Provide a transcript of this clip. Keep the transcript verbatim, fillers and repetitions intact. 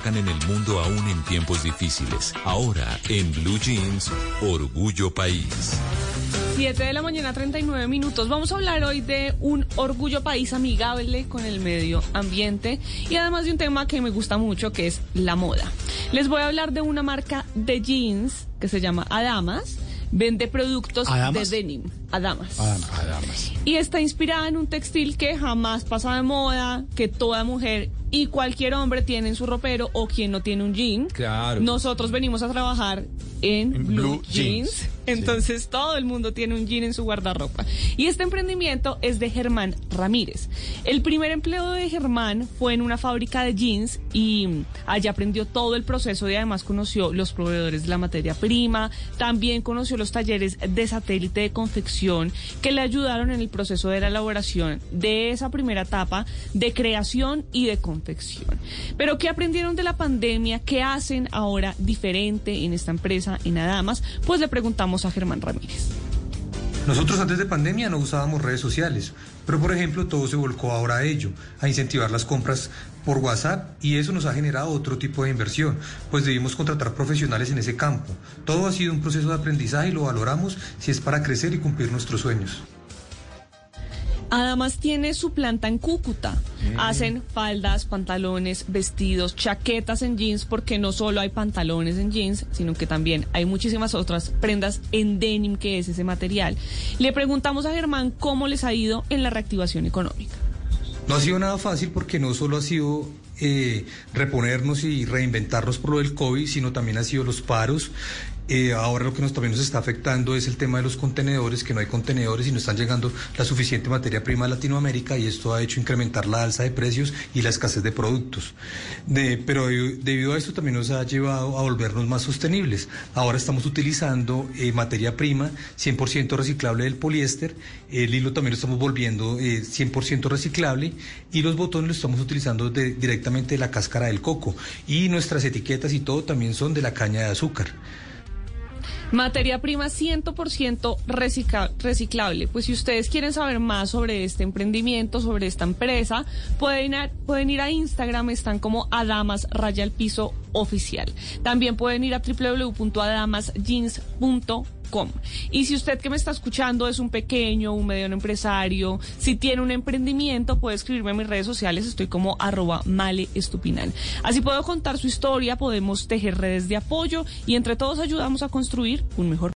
destacan en el mundo aún en tiempos difíciles. Ahora, en Blue Jeans, Orgullo País. siete de la mañana, treinta y nueve minutos. Vamos a hablar hoy de un orgullo país amigable con el medio ambiente y además de un tema que me gusta mucho, que es la moda. Les voy a hablar de una marca de jeans que se llama Adamas. Vende productos ¿Adamas? de denim. Adamas. Adamas. Adamas. Y está inspirada en un textil que jamás pasa de moda, que toda mujer y cualquier hombre tiene en su ropero, o quien no tiene un jean. Claro. Nosotros venimos a trabajar en, En Blue, Blue Jeans. Jeans. Entonces sí. Todo el mundo tiene un jean en su guardarropa. Y este emprendimiento es de Germán Ramírez. El primer empleo de Germán fue en una fábrica de jeans y allá aprendió todo el proceso y además conoció los proveedores de la materia prima. También conoció los talleres de satélite de confección que le ayudaron en el proceso de la elaboración de esa primera etapa de creación y de confección. Pero ¿qué aprendieron de la pandemia? ¿Qué hacen ahora diferente en esta empresa, en Adamas? Pues le preguntamos a Germán Ramírez. Nosotros antes de pandemia no usábamos redes sociales, pero por ejemplo todo se volcó ahora a ello, a incentivar las compras por WhatsApp, y eso nos ha generado otro tipo de inversión, pues debimos contratar profesionales en ese campo. Todo ha sido un proceso de aprendizaje y lo valoramos si es para crecer y cumplir nuestros sueños. Adamas tiene su planta en Cúcuta. Mm. Hacen faldas, pantalones, vestidos, chaquetas en jeans, porque no solo hay pantalones en jeans, sino que también hay muchísimas otras prendas en denim, que es ese material. Le preguntamos a Germán cómo les ha ido en la reactivación económica. No ha sido nada fácil porque no solo ha sido eh, reponernos y reinventarnos por lo del COVID, sino también ha sido los paros. Eh, ahora lo que nos también nos está afectando es el tema de los contenedores, que no hay contenedores y no están llegando la suficiente materia prima a Latinoamérica, y esto ha hecho incrementar la alza de precios y la escasez de productos. De, pero de, debido a esto también nos ha llevado a volvernos más sostenibles. Ahora estamos utilizando eh, materia prima cien por ciento reciclable del poliéster, el hilo también lo estamos volviendo eh, cien por ciento reciclable, y los botones los estamos utilizando de, directamente de la cáscara del coco, y nuestras etiquetas y todo también son de la caña de azúcar. Materia prima cien por ciento recicla, reciclable. Pues si ustedes quieren saber más sobre este emprendimiento, sobre esta empresa, pueden, a, pueden ir a Instagram, están como Adamas raya al piso oficial. También pueden ir a doble u doble u doble u punto adamas jeans punto com. Y si usted que me está escuchando es un pequeño, un mediano empresario, si tiene un emprendimiento, puede escribirme en mis redes sociales, estoy como arroba male estupinal. Así puedo contar su historia, podemos tejer redes de apoyo y entre todos ayudamos a construir un mejor